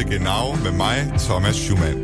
til Genau med mig, Thomas Schumann.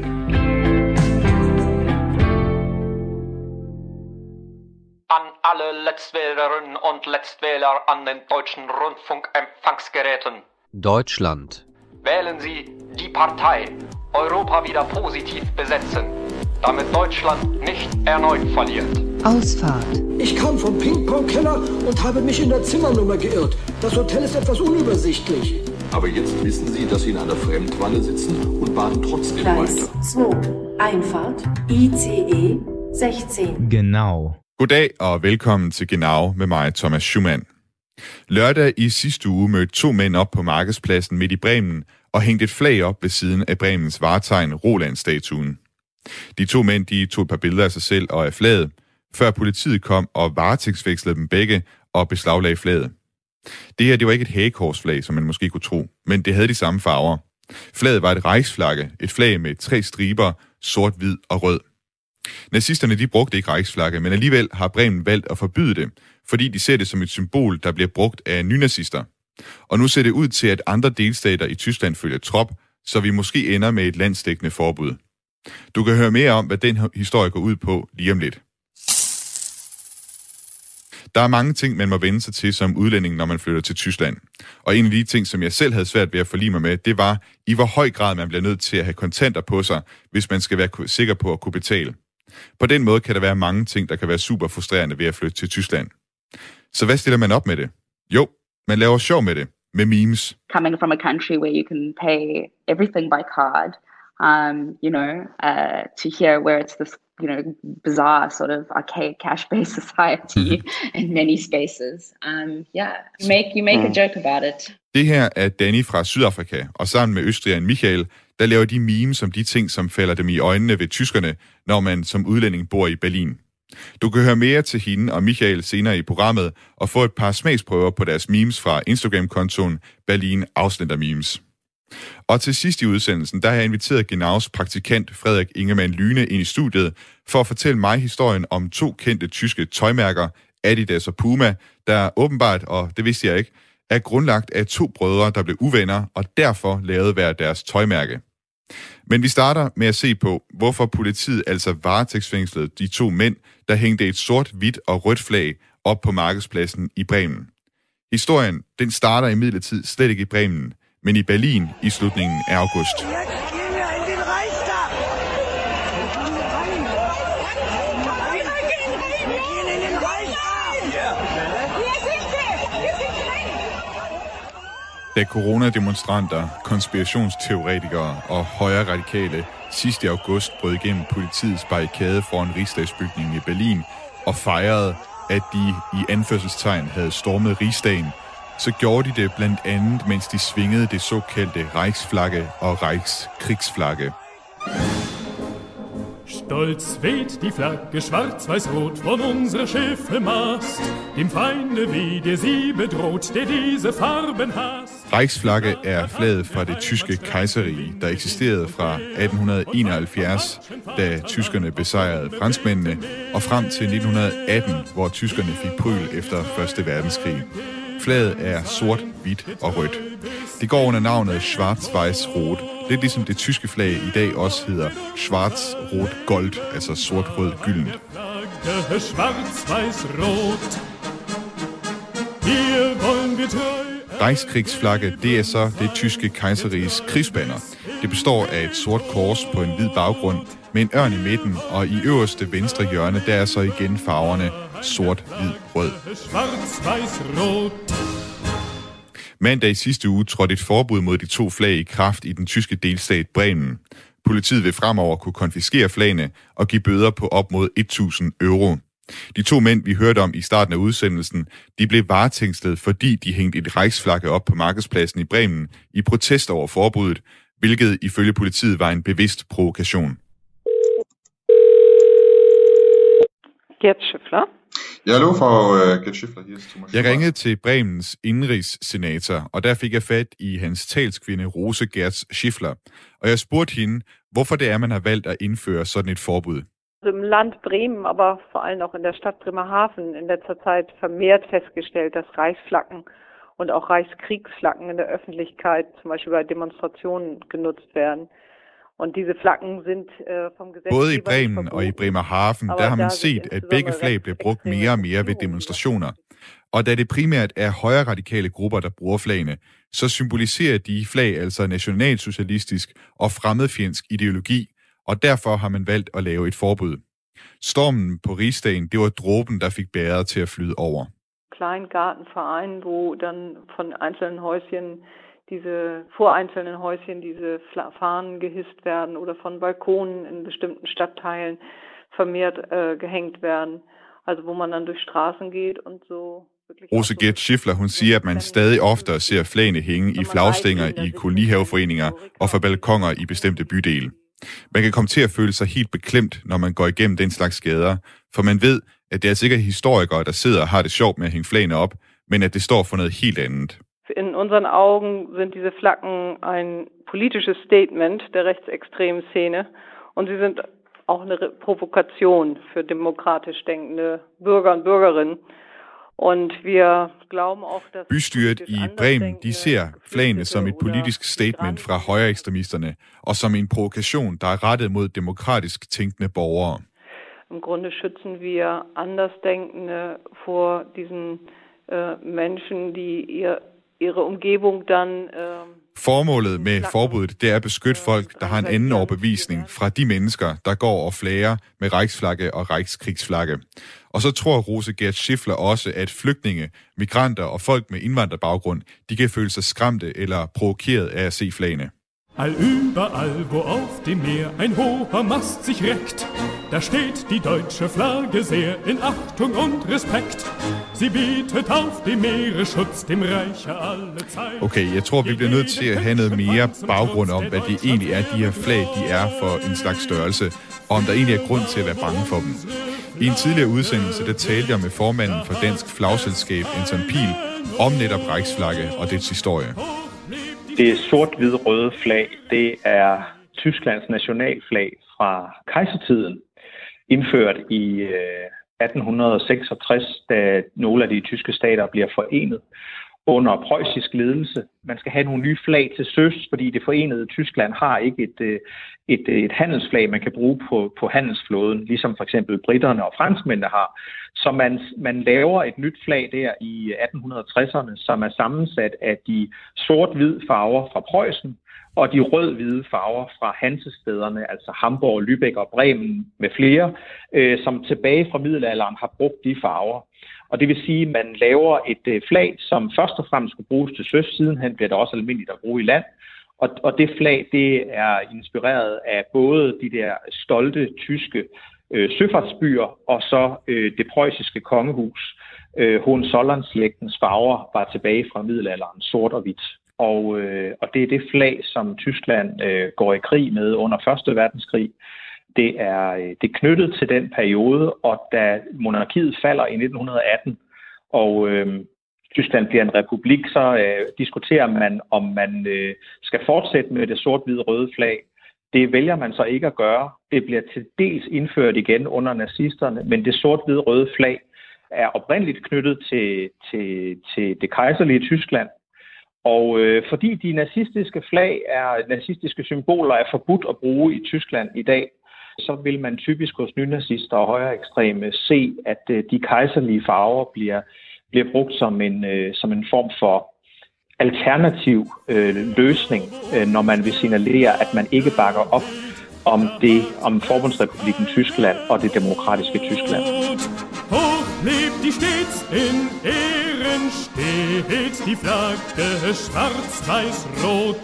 An alle Letztwählerinnen und Letztwähler an den deutschen Rundfunkempfangsgeräten. Deutschland. Wählen Sie die Partei Europa wieder positiv besetzen, damit Deutschland nicht erneut verliert. Ausfahrt. Ich kam vom Ping-Pong-Keller und habe mich in der Zimmernummer geirrt. Das Hotel ist etwas unübersichtlich. Aber jetzt wissen Sie, dass Sie in einer Fremdwanne sitzen und baden trotzdem Gleis weiter. 2. Einfahrt. ICE 16. Genau. Goddag og velkommen til Genau med mig, Thomas Schumann. Lørdag i sidste uge mødte 2 mænd op på markedspladsen midt i Bremen og hængte et flag op ved siden af Bremens vartegn Roland-statuen. De 2 mænd de tog et par billeder af sig selv og af flaget, før politiet kom og varetægtsfængslede dem begge og beslaglagde flaget. Det her det var ikke et hagekorsflag, som man måske kunne tro, men det havde de samme farver. Flaget var et Reichsflagge, et flag med 3 striber, sort, hvid og rød. Nazisterne de brugte ikke Reichsflagge, men alligevel har Bremen valgt at forbyde det, fordi de ser det som et symbol, der bliver brugt af nynazister. Og nu ser det ud til, at andre delstater i Tyskland følger trop, så vi måske ender med et landsdækkende forbud. Du kan høre mere om, hvad den historie går ud på lige om lidt. Der er mange ting, man må vende sig til som udlænding, når man flytter til Tyskland. Og en af de ting, som jeg selv havde svært ved at forlige mig med, det var, i hvor høj grad man bliver nødt til at have kontanter på sig, hvis man skal være sikker på at kunne betale. På den måde kan der være mange ting, der kan være super frustrerende ved at flytte til Tyskland. Så hvad stiller man op med det? Jo, man laver sjov med det, med memes. Coming from a country where you can pay everything by card, to here where it's this, bizarre sort of archaic cash-based society in many spaces. You make a joke about it. Det her er Danny fra Sydafrika, og sammen med østrigeren Michael, der laver de memes om de ting, som falder dem i øjnene ved tyskerne, når man som udlænding bor i Berlin. Du kan høre mere til hende og Michael senere i programmet, og få et par smagsprøver på deres memes fra Instagram-kontoen Berlin Ausländer Memes. Og til sidst i udsendelsen, der har jeg inviteret Genaus praktikant Frederik Ingemann Lyne ind i studiet, for at fortælle mig historien om 2 kendte tyske tøjmærker, Adidas og Puma, der åbenbart, og det vidste jeg ikke, er grundlagt af 2 brødre, der blev uvenner, og derfor lavede hver deres tøjmærke. Men vi starter med at se på, hvorfor politiet altså varetægtsfængslede de 2 mænd, der hængte et sort, hvidt og rødt flag op på markedspladsen i Bremen. Historien, den starter imidlertid slet ikke i Bremen, men i Berlin i slutningen af august. Da coronademonstranter, konspirationsteoretikere og højre radikale sidst i august brød igennem politiets barrikade foran Rigsdagsbygningen i Berlin og fejrede, at de i anførselstegn havde stormet Rigsdagen, så gjorde de det blandt andet, mens de svingede det såkaldte Reichsflagge og Reichskrigsflagge. Stolz weht die Flagge schwarz-weiß-rot von unserer Schiffemast, dem Feinde wie der sie bedroht, der diese Farben hasst. Reichsflagge er flaget fra det tyske kejserrige, der eksisterede fra 1871, da tyskerne besejrede franskmændene, og frem til 1918, hvor tyskerne fik pryl efter 1. verdenskrig. Flaget er sort, hvidt og rødt. Det går under navnet Schwarz-Weiß-Rot. Lidt ligesom det tyske flag i dag også hedder Schwarz-Rot-Gold, altså sort-rød-gyldent. Reichskrigsflagge, det er så det tyske kejserriges krigsbanner. Det består af et sort kors på en hvid baggrund med en ørn i midten, og i øverste venstre hjørne, der er så igen farverne sort, hvid, rød. Mandag i sidste uge trådte et forbud mod de 2 flag i kraft i den tyske delstat Bremen. Politiet vil fremover kunne konfiskere flagene og give bøder på op mod 1.000 euro. De 2 mænd, vi hørte om i starten af udsendelsen, de blev varetægtsfængslet, fordi de hængte et Reichsflagge op på markedspladsen i Bremen i protest over forbuddet, hvilket ifølge politiet var en bevidst provokation. Gert Schifler. Ja, hallo, Frau Gert Schifler. Hier ist Thomas. Jeg ringede til Bremens indrigssenator, og der fik jeg fat i hans talskvinde Rose Gert Schifler. Og jeg spurgte hende, hvorfor det er, man har valgt at indføre sådan et forbud. Im Land Bremen, aber vor allem auch in der Stadt Bremerhaven in letzter Zeit vermehrt festgestellt, dass Reichsflaggen und auch Reichskriegsflaggen in der Öffentlichkeit, zum Beispiel bei Demonstrationen, genutzt werden. Und diese Flaggen sind vom Gesetz. Både i Bremen og i Bremerhaven, der har man set, at begge flag bliver brugt mere og mere ved demonstrationer. Og da det primært er højre radikale grupper, der bruger flagene, så symboliserer de flag altså nationalsocialistisk og fremmedfjendsk ideologi, og derfor har man valgt at lave et forbud. Stormen på Rigsdagen, det var dråben, der fik bæret til at flyde over. Kleingartenverein, wo dann von einzelnen Häuschen vor einzelnen Häuschen diese Fahnen gehisst werden oder von Balkonen in bestimmten Stadtteilen vermehrt gehängt werden. Also wo man dann durch Straßen geht und so. Rose Gert Schiffler, hun siger, at man stadig oftere ser flagene hænge i flagstænger i kolonihaveforeninger og fra balkoner i bestemte bydele. Man kan komme til at føle sig helt beklemt, når man går igennem den slags gader, for man ved, at det er sikkert historikere, der sidder og har det sjovt med at hænge flagene op, men at det står for noget helt andet. In unseren Augen sind diese Flaggen ein politisches Statement der rechtsextremen Szene und sie sind auch eine Provokation für demokratisch denkende Bürger und Bürgerinnen. Und wir glauben auch, dass bystyret i Bremen, de ser flagene som et politisk statement fra højreekstremisterne og som en provokation, der er rettet mod demokratisk tænkende borgere. Im Grunde schützen wir Andersdenkende vor diesen Menschen, die ihre Umgebung dann. Formålet med forbuddet, det er at beskytte folk, der har en anden overbevisning fra de mennesker, der går og flager med Reichsflagge og Reichskrigsflagge. Og så tror Rose Gert Schiffler også, at flygtninge, migranter og folk med indvandrerbaggrund, de kan føle sig skræmte eller provokeret af at se flagene. Allüberall, wo auf dem Meer ein hoher Mast sich reckt, da steht die deutsche Flagge sehr in Achtung und Respekt. Sie bietet auf dem Meere Schutz, dem Reiche alle Zeit. Okay, jeg tror, vi bliver nødt til at have noget mere baggrund om, hvad det egentlig er, de her flag, de er for en slags størrelse, og om der egentlig er grund til at være bange for dem. I en tidligere udsendelse, der talte jeg med formanden for Dansk Flagselskab, Anton Pihl, om netop Reichsflagge og dets historie. Det sort-hvid-røde flag, det er Tysklands nationalflag fra kejsertiden, indført i 1866, da nogle af de tyske stater bliver forenet under preussisk ledelse. Man skal have nogle nye flag til søs, fordi det forenede Tyskland har ikke et handelsflag, man kan bruge på handelsflåden, ligesom for eksempel britterne og franskmændene har. Så man laver et nyt flag der i 1860'erne, som er sammensat af de sort-hvid farver fra Preussen og de rød-hvide farver fra Hansestæderne, altså Hamburg, Lübeck og Bremen med flere, som tilbage fra middelalderen har brugt de farver. Og det vil sige, at man laver et flag, som først og fremmest skulle bruges til søs. Sidenhen bliver det også almindeligt at bruge i land. Og det flag, det er inspireret af både de der stolte tyske søfartsbyer og så det preussiske kongehus. Hohenzollern-slægtens farver var tilbage fra middelalderen, sort og hvidt. Og det er det flag, som Tyskland går i krig med under 1. verdenskrig. Det er knyttet til den periode, og da monarkiet falder i 1918, og Tyskland bliver en republik, så diskuterer man, om man skal fortsætte med det sort-hvid-røde flag. Det vælger man så ikke at gøre. Det bliver til dels indført igen under nazisterne, men det sort-hvid-røde flag er oprindeligt knyttet til det kejserlige Tyskland. Og fordi de nazistiske symboler er forbudt at bruge i Tyskland i dag, så vil man typisk hos nynazister og højreekstreme se, at de kejserlige farver bliver brugt som en form for alternativ løsning, når man vil signalere, at man ikke bakker op om Forbundsrepublikken Tyskland og det demokratiske Tyskland. Lebt die stets in Ehren steht die Flagge schwarz-weiß-rot.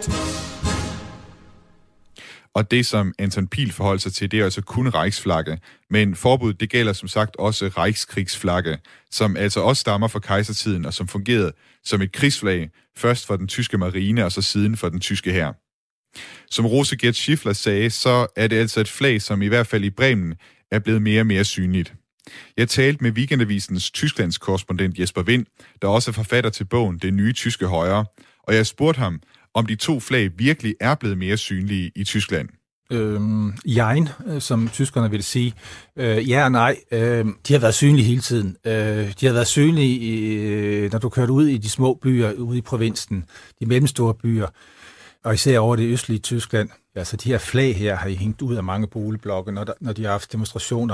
Og det, som Anton Pihl forholder sig til, det er altså kun Reichsflagge. Men forbuddet, det gælder som sagt også Reichskrigsflagge, som altså også stammer fra kejsertiden, og som fungerede som et krigsflag, først for den tyske marine, og så siden for den tyske hær. Som Rose Gert Schiffler sagde, så er det altså et flag, som i hvert fald i Bremen er blevet mere og mere synligt. Jeg talte med Weekendavisens Tysklands korrespondent Jesper Wind, der også er forfatter til bogen Det nye tyske højre, og jeg spurgte ham, om de to flag virkelig er blevet mere synlige i Tyskland. jein, som tyskerne vil sige. Ja og nej. De har været synlige hele tiden. De har været synlige, når du kørte ud i de små byer, ude i provinsen, de mellemstore byer, og især over det østlige Tyskland. Altså de her flag her har I hængt ud af mange boligblokke, når de har haft demonstrationer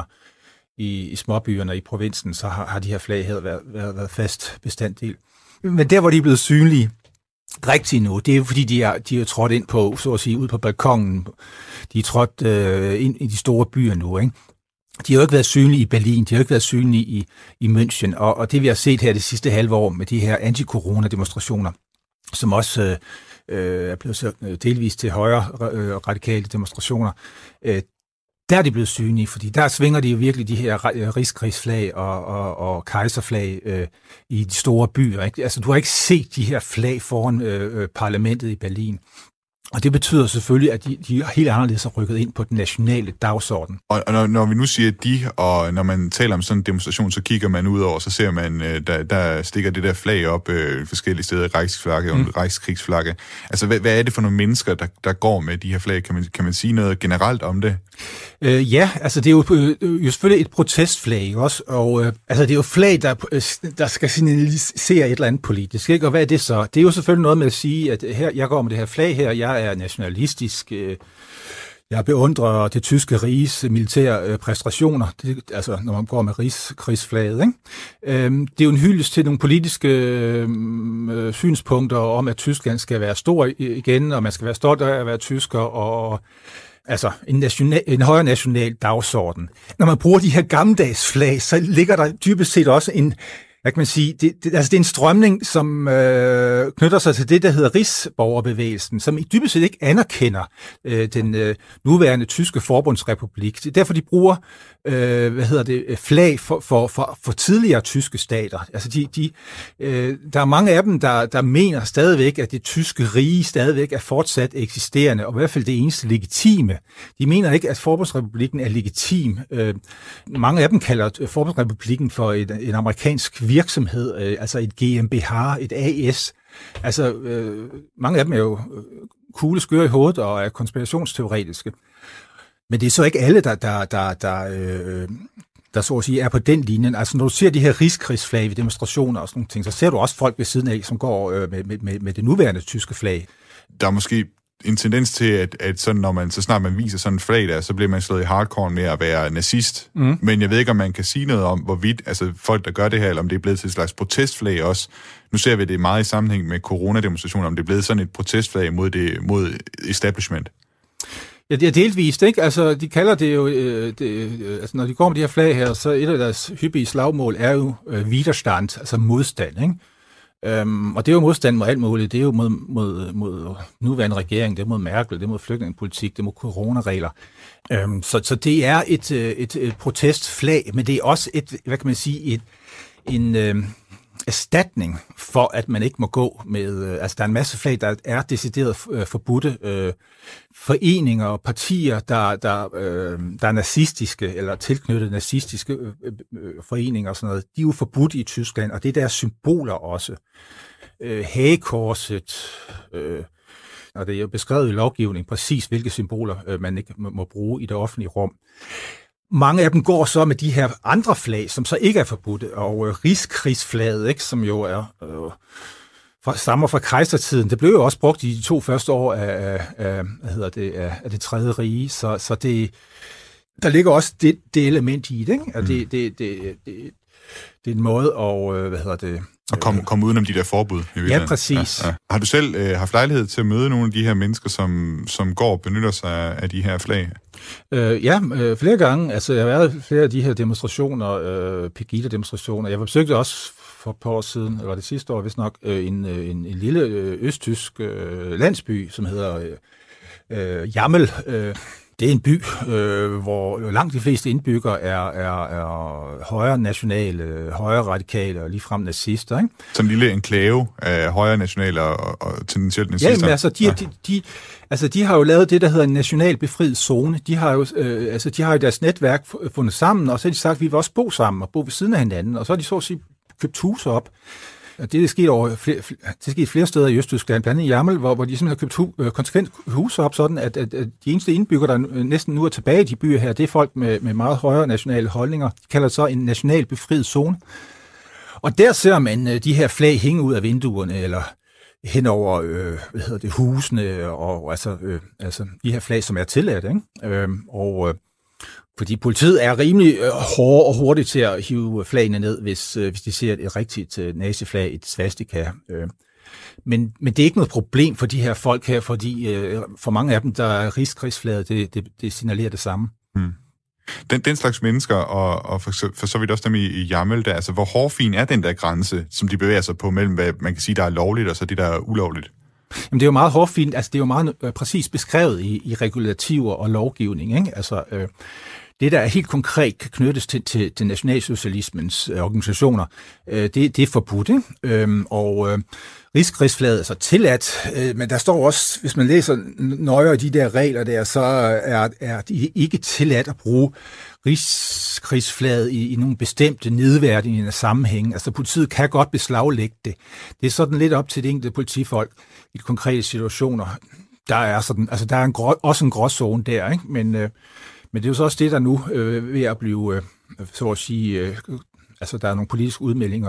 i småbyerne og i provinsen, så har de her flag her været fast bestanddel. Men der, hvor de er blevet synlige rigtigt nu, det er jo fordi, de er trådt ind på, så at sige, ud på balkongen. De er trådt ind i de store byer nu, ikke? De har jo ikke været synlige i Berlin, de har jo ikke været synlige i München, og det vi har set her det sidste halve år med de her anti-corona-demonstrationer, som også er blevet så delvist til højre radikale demonstrationer, der er de blevet synlige, fordi der svinger de jo virkelig de her rigskrigsflag og kejserflag i de store byer. Ikke? Altså, du har ikke set de her flag foran parlamentet i Berlin. Og det betyder selvfølgelig, at de helt anderledes har rykket ind på den nationale dagsorden. Og når vi nu siger de, og når man taler om sådan en demonstration, så kigger man ud over, så ser man, der stikker det der flag op forskellige steder, Reichsflagge og Reichskrigsflagge. Altså, hvad er det for nogle mennesker, der går med de her flag? Kan man sige noget generelt om det? Ja, altså det er jo selvfølgelig et protestflag også, og altså det er jo flag, der skal signalisere et eller andet politisk, ikke? Og hvad er det så? Det er jo selvfølgelig noget med at sige, at her, jeg går med det her flag her, jeg er nationalistisk, jeg beundrer det tyske riges militære præstationer, altså når man går med rigskrigsflaget, ikke? Det er jo en hyldest til nogle politiske synspunkter om, at Tyskland skal være stor igen, og man skal være stolt af at være tysker, og altså en højere national dagsorden. Når man bruger de her gammeldags flag, så ligger der dybest set også en, hvad kan man sige, det er en strømning, som knytter sig til det, der hedder rigsborgerbevægelsen, som i dybest set ikke anerkender den nuværende tyske forbundsrepublik. Det er derfor, de bruger flag for tidligere tyske stater. Altså der er mange af dem, der mener stadigvæk, at det tyske rige stadigvæk er fortsat eksisterende, og i hvert fald det eneste legitime. De mener ikke, at forbundsrepublikken er legitim. Mange af dem kalder forbundsrepublikken for en amerikansk virksomhed, altså et GmbH, et AS. Altså, mange af dem er jo kugle skøre i hovedet og er konspirationsteoretiske. Men det er så ikke alle, der så at sige er på den linje. Altså, når du ser de her rigskrigsflag ved demonstrationer og sådan nogle ting, så ser du også folk ved siden af, som går med det nuværende tyske flag. Der er måske en tendens til, at sådan, så snart man viser sådan en flag der, så bliver man slået i hardcore med at være nazist. Mm. Men jeg ved ikke, om man kan sige noget om, hvorvidt altså folk, der gør det her, eller om det er blevet til et slags protestflag også. Nu ser vi det meget i sammenhæng med coronademonstrationer, om det er blevet sådan et protestflag mod establishment. Ja, det er delvist, ikke? Altså, de kalder det jo, altså, når de går med de her flag her, så et af deres hyppige slagmål er jo widerstand, altså modstand, ikke? Og det er jo modstand mod alt muligt. Det er jo mod nuværende regering, det er mod Merkel, det er mod flygtningepolitik, det er mod coronaregler. Så det er et protestflag, men det er også en erstatning for, at man ikke må gå med. Altså, der er en masse flag, der er decideret forbudte. Foreninger og partier, der er nazistiske eller tilknyttet nazistiske foreninger og sådan noget, de er jo forbudt i Tyskland, og det er deres symboler også. Hagekorset, og det er jo beskrevet i lovgivning præcis, hvilke symboler man ikke må bruge i det offentlige rum. Mange af dem går så med de her andre flag, som så ikke er forbudte, og rigskrigsflaget, ikke, som jo er stammer fra kejsertiden. Det blev jo også brugt i de 2 første år af det tredje rige, så der ligger også det element i det, ikke? Og det er en måde at komme udenom de der forbud. Ja, præcis. Ja. Har du selv haft lejlighed til at møde nogle af de her mennesker, som går og benytter sig af de her flag? Flere gange. Altså, jeg har været i flere af de her demonstrationer, Pegida-demonstrationer. Jeg besøgte også for et par år siden, eller det sidste år, vist nok, en lille østtysk landsby, som hedder Jammel. Det er en by, hvor langt de fleste indbyggere er højre nationale, højre radikale og ligefrem nazister, ikke? Som en lille enklave af højre nationale og tendentielt nazister. Ja, men altså, de har jo lavet det, der hedder en national befriet zone. De har jo deres netværk fundet sammen, og så har de sagt, at vi vil også bo sammen og bo ved siden af hinanden. Og så har de så at sige købt huse op Det er sket flere steder i Østtyskland, blandt andet i Jammel, hvor de simpelthen har købt konsekvent huse op, sådan at de eneste indbyggere, der næsten nu er tilbage i de byer her, det er folk med meget højere nationale holdninger. De kalder det så en national befriet zone. Og der ser man de her flag hænge ud af vinduerne, eller hen over husene, og altså de her flag, som er tilladt, ikke? Fordi politiet er rimelig hårde og hurtigt til at hive flagene ned, hvis de ser et rigtigt naziflag, et svastika. Men det er ikke noget problem for de her folk her, fordi for mange af dem, der er rigskrigsflaget, det signalerer det samme. Den slags mennesker, og for så vidt også dem i Jammel, der, altså hvor hårfin er den der grænse, som de bevæger sig på mellem, hvad man kan sige, der er lovligt, og så det, der er ulovligt? Jamen, det er jo meget hårfint, altså det er jo meget præcis beskrevet i regulativer og lovgivning, ikke? Altså, det, der er helt konkret kan knyttes til nationalsocialismens organisationer, det er forbudt, ikke? Rigskrigsflaget er så tilladt, men der står også, hvis man læser nøjere de der regler der, så er de ikke tilladt at bruge rigskrigsflaget i nogle bestemte nedværdigende sammenhænge. Altså politiet kan godt beslaglægge det. Det er sådan lidt op til de enkelte politifolk i de konkrete situationer. Der er også en gråzone der, ikke? Men det er jo så også det, der nu ved at blive, så at sige, altså der er nogle politiske udmeldinger,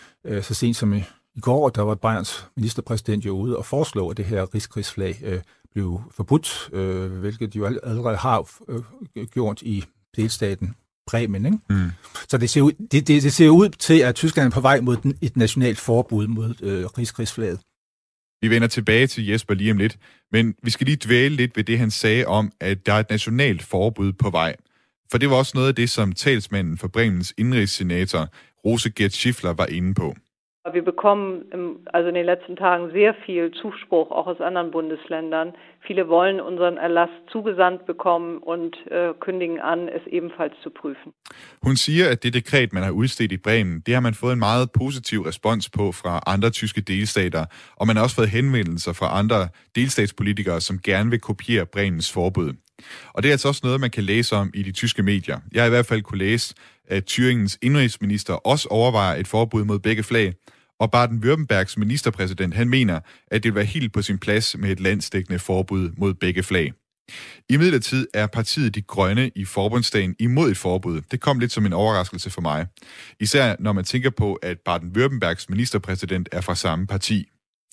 så sent som i går, der var Bayerns ministerpræsident jo ude og foreslå, at det her rigskrigsflag blev forbudt, hvilket de jo allerede har gjort i delstaten Bremen, ikke? Så det ser ud til, at Tyskland er på vej mod et nationalt forbud mod rigskrigsflaget. Vi vender tilbage til Jesper lige om lidt, men vi skal lige dvæle lidt ved det, han sagde om, at der er et nationalt forbud på vej. For det var også noget af det, som talsmanden for Bremens indrigssenator, Rose Gert Schiffler, var inde på. Wir bekommen in den letzten Tagen sehr viel Zuspruch, auch aus anderen Bundesländern. Viele wollen unseren Erlass zugesandt bekommen und kündigen an, es ebenfalls zu prüfen. Hun siger, at det dekret, man har udstedt i Bremen, det har man fået en meget positiv respons på fra andre tyske delstater, og man har også fået henvendelser fra andre delstatspolitikere, som gerne vil kopiere Bremens forbud. Og det er altså også noget, man kan læse om i de tyske medier. Jeg har i hvert fald kunne læse, at Thüringens indrigsminister også overvejer et forbud mod begge flag, og Baden-Württembergs ministerpræsident, han mener, at det vil være helt på sin plads med et landsdækkende forbud mod begge flag. Imidlertid er partiet De Grønne i forbundsdagen imod et forbud. Det kom lidt som en overraskelse for mig. Især når man tænker på, at Baden-Württembergs ministerpræsident er fra samme parti.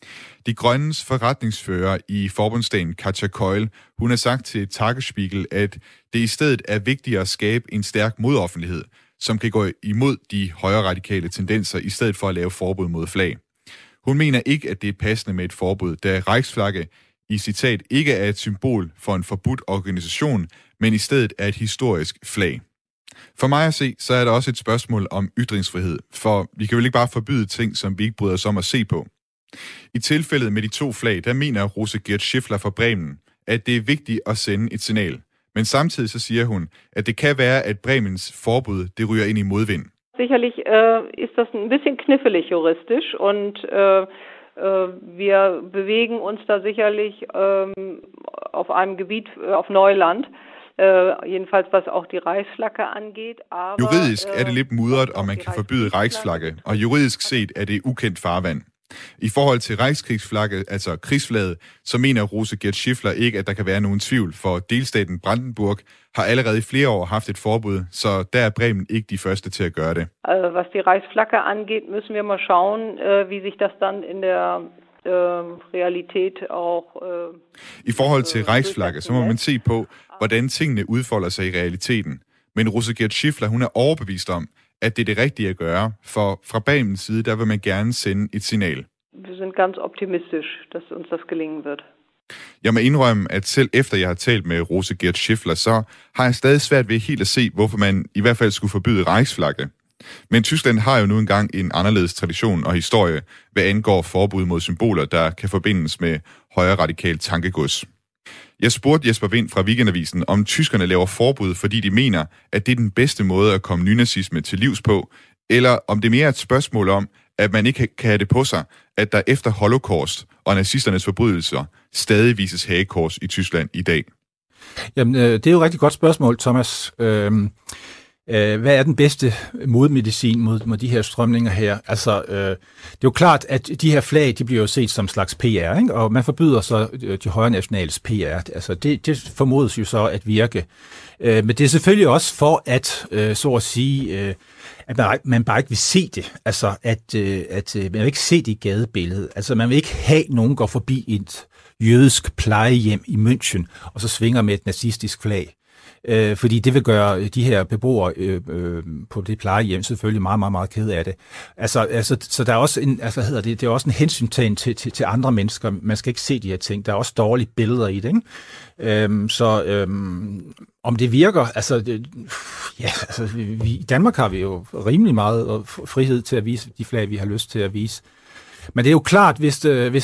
De Grønnes forretningsfører i forbundsdagen, Katja Keul, hun har sagt til Tagesspiegel, at det i stedet er vigtigere at skabe en stærk modoffentlighed, som kan gå imod de højre radikale tendenser, i stedet for at lave forbud mod flag. Hun mener ikke, at det er passende med et forbud, da Reichsflagge i citat ikke er et symbol for en forbudt organisation, men i stedet er et historisk flag. For mig at se, så er der også et spørgsmål om ytringsfrihed, for vi kan vel ikke bare forbyde ting, som vi ikke bryder os om at se på. I tilfældet med de to flag, der mener Rose Gert Schiffler fra Bremen, at det er vigtigt at sende et signal. Men samtidig så siger hun, at det kan være, at Bremens forbud, det ryger ind i modvind. Sicherlich ist das ein bisschen knifflig juristisch und wir bewegen uns da sicherlich auf einem Gebiet, auf Neuland. Jedenfalls was auch die Reichsflagge angeht. Aber, juridisk er det lidt mudret, og man kan forbyde Reichsflagge, og juridisk set er det ukendt farvand. I forhold til Reichskrigsflagget, altså krigsflaget, så mener Rose Gert Schiffler ikke, at der kan være nogen tvivl, for delstaten Brandenburg har allerede i flere år haft et forbud, så der er Bremen ikke de første til at gøre det. Was die Reichsflagge angeht, müssen wir mal schauen, wie sich das dann in der realitet auch... I forhold til Reichsflagge, så må man se på, hvordan tingene udfolder sig i realiteten. Men Rose Gert Schiffler, hun er overbevist om, at det er det rigtige at gøre, for fra Bremens side, der vil man gerne sende et signal. Wir sind ganz optimistisch, dass uns das gelingen wird. Jeg må indrømme, at selv efter jeg har talt med Rose Gert Schiffler, så har jeg stadig svært ved helt at se, hvorfor man i hvert fald skulle forbyde Reichsflagge. Men Tyskland har jo nu engang en anderledes tradition og historie, hvad angår forbud mod symboler, der kan forbindes med højre radikalt tankegods. Jeg spurgte Jesper Wind fra Weekendavisen, om tyskerne laver forbud, fordi de mener, at det er den bedste måde at komme nynazisme til livs på, eller om det mere er et spørgsmål om, at man ikke kan have det på sig, at der efter Holocaust og nazisternes forbrydelser stadig vises hagekors i Tyskland i dag. Jamen, det er jo et rigtig godt spørgsmål, Thomas. hvad er den bedste modmedicin mod de her strømninger her? Altså, det er jo klart, at de her flag, de bliver jo set som slags PR, ikke? Og man forbyder så de højre nationales PR. Altså, det formodes jo så at virke. Men det er selvfølgelig også for at, så at sige, at man bare ikke vil se det. Altså, at man vil ikke se det i gadebilledet. Altså, man vil ikke have nogen går forbi et jødisk plejehjem i München, og så svinger med et nazistisk flag. Fordi det vil gøre de her beboere på det plejehjem selvfølgelig meget, meget, meget kede af det. Altså, så der er også en, det er også en hensyntagen til andre mennesker. Man skal ikke se de her ting. Der er også dårlige billeder i det, ikke? Om det virker, i Danmark har vi jo rimelig meget frihed til at vise de flag, vi har lyst til at vise. Men det er jo klart, hvis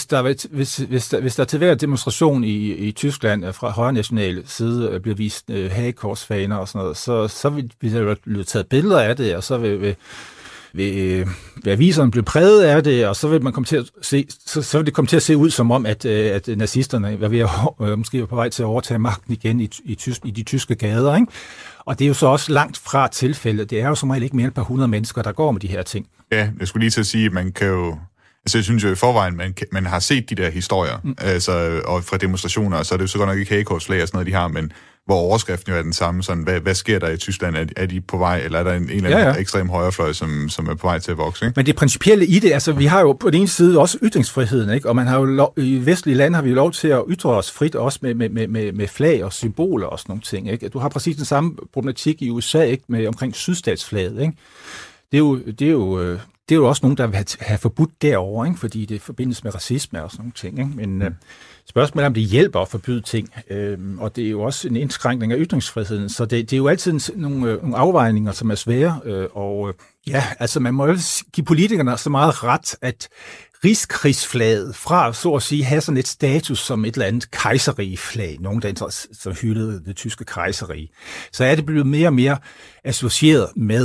der til hver demonstration i Tyskland fra højre nationale side bliver vist hagekorsfaner og sådan noget, så vil der blive taget billeder af det, og så vil aviserne blive præget af det, og så vil man komme til at se, så vil det komme til at se ud som om, at nazisterne var ved at, måske på vej til at overtage magten igen i de tyske gader, ikke? Og det er jo så også langt fra tilfældet. Det er jo som regel ikke mere end et par 100 mennesker, der går med de her ting. Ja, jeg skulle lige til at sige, at man kan jo... Altså, jeg synes jo i forvejen, man har set de der historier, og fra demonstrationer, så er det jo så godt nok ikke hagekorsflag og sådan noget, de har, men hvor overskriften jo er den samme, sådan, hvad sker der i Tyskland? Er de på vej, eller er der en eller anden ekstrem højrefløj, som er på vej til at vokse, ikke? Men det principielle i det, altså vi har jo på den ene side også ytringsfriheden, ikke? Og man har jo i vestlige lande har vi jo lov til at ytre os frit, også med flag og symboler og sådan nogle ting, ikke? Du har præcis den samme problematik i USA, ikke? Med omkring sydstatsflaget, ikke? Det er jo også nogen, der vil have forbudt derovre, ikke? Fordi det forbindes med racisme og sådan nogle ting, ikke? Men spørgsmålet er, om det hjælper at forbyde ting, og det er jo også en indskrænkning af ytringsfriheden, så det er jo altid nogle afvejninger, som er svære, og altså man må jo give politikerne så meget ret, at rigskrigsflaget fra, så at sige, have sådan et status som et eller andet kejserrigeflag, nogen der som hyldede det tyske kejserrige, så er det blevet mere og mere associeret med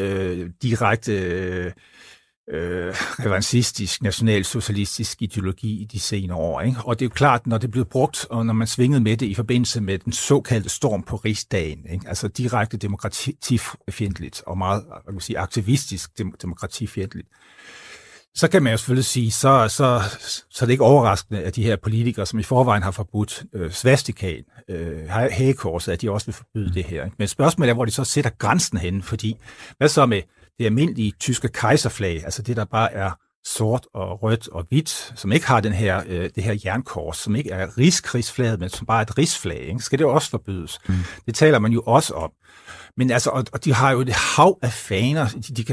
direkte revanchistisk, nationalsocialistisk ideologi i de senere år, ikke? Og det er jo klart, når det blev brugt, og når man svingede med det i forbindelse med den såkaldte storm på Rigsdagen, ikke? Altså direkte demokratifjendtligt og meget, hvad kan man sige, aktivistisk demokratifjendtligt, så kan man jo selvfølgelig sige, så er det ikke overraskende, at de her politikere, som i forvejen har forbudt svastikaen, hagekorset, at de også vil forbyde det her, ikke? Men spørgsmålet er, hvor de så sætter grænsen henne, fordi hvad så med det almindelige tyske kejserflag, altså det, der bare er sort og rødt og hvidt, som ikke har det her jernkors, som ikke er rigskrigsflaget, men som bare er et rigsflag, ikke? Skal det jo også forbydes. Det taler man jo også om. Men altså, og de har jo et hav af faner,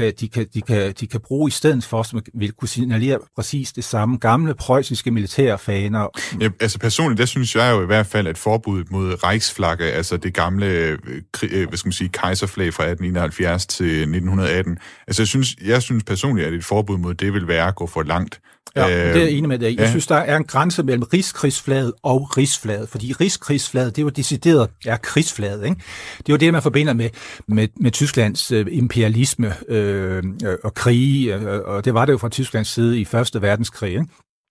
de kan bruge i stedet for, som vil kunne signalere præcis det samme. Gamle preussiske militære faner. Ja, altså personligt, der synes jeg jo i hvert fald, at forbuddet mod Reichsflagge, altså det gamle, hvad skal man sige, kejserflag fra 1871 til 1918, altså jeg synes personligt, at et forbud mod det vil være at gå for langt. Ja, det er jeg enig med dig. Jeg synes, der er en grænse mellem rigskrigsflaget og rigsflaget, fordi rigskrigsflaget, det er jo decideret krigsflaget, ikke? Det er jo det, man forbinder med Tysklands imperialisme og krige, og det var det jo fra Tysklands side i Første Verdenskrig, ikke?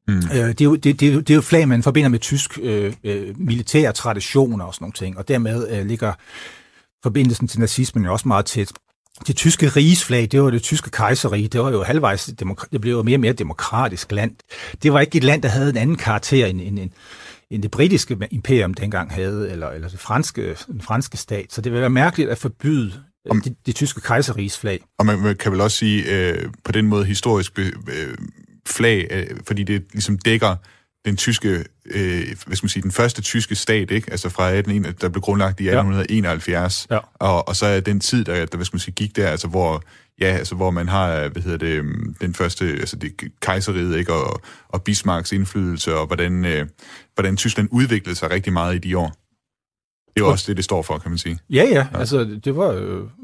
Det er jo flag, man forbinder med tysk militære traditioner og sådan nogle ting, og dermed ligger forbindelsen til nazismen jo også meget tæt. Det tyske rigsflag, det var det tyske kejserrige, det var jo halvvejs, det blev jo mere og mere demokratisk land. Det var ikke et land, der havde en anden karakter end det britiske imperium dengang havde, eller den franske stat. Så det vil være mærkeligt at forbyde det tyske kejserrigsflag. Og man kan vel også sige, på den måde historisk flag, fordi det ligesom dækker den tyske, hvad skal man sige, den første tyske stat, ikke? Altså fra 1871, der blev grundlagt i 1871, og så er den tid, der hvad skal man sige, gik der, altså hvor man har, den første, altså det kejseriet, ikke? Og Bismarcks indflydelse, og hvordan Tyskland udviklede sig rigtig meget i de år. Det er jo også det står for, kan man sige. Ja. Altså det var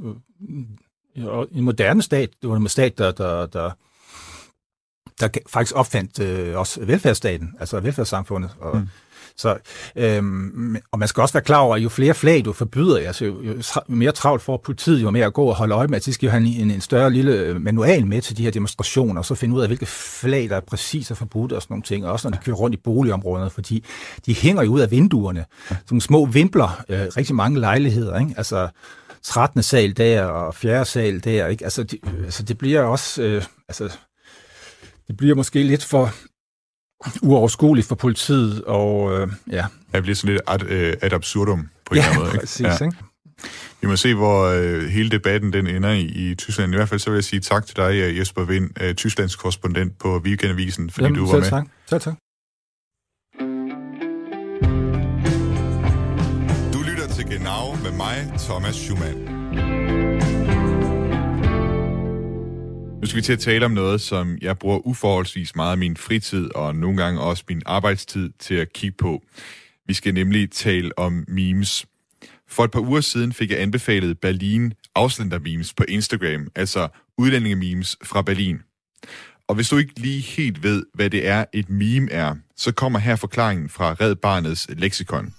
en moderne stat, det var en stat, der faktisk opfandt også velfærdsstaten, altså velfærdssamfundet. Og man skal også være klar over, at jo flere flag du forbyder, altså jo mere travlt for politiet, jo mere at gå og holde øje med, at de skal jo have en større lille manual med til de her demonstrationer, og så finde ud af, hvilke flag, der er præcis er forbudt og sådan nogle ting, og også når de kører rundt i boligområderne, fordi de hænger jo ud af vinduerne, som små vimpler, rigtig mange lejligheder, ikke? Altså 13. sal der, og 4. sal der, ikke? Altså, det bliver også, det bliver måske lidt for uoverskueligt for politiet, og ja. Det bliver sådan lidt ad absurdum på en eller anden måde, ikke? Præcis, ikke? Vi må se, hvor hele debatten den ender i Tyskland. I hvert fald så vil jeg sige tak til dig, Jesper Wind, Tysklands korrespondent på Weekendavisen, fordi du var med. Selv tak. Du lytter til Genau med mig, Thomas Schumann. Nu skal vi til at tale om noget, som jeg bruger uforholdsvis meget af min fritid, og nogle gange også min arbejdstid til at kigge på. Vi skal nemlig tale om memes. For et par uger siden fik jeg anbefalet Berlin afsender-memes på Instagram, altså udlændinge-memes fra Berlin. Og hvis du ikke lige helt ved, hvad det er, et meme er, så kommer her forklaringen fra Red Barnets leksikon.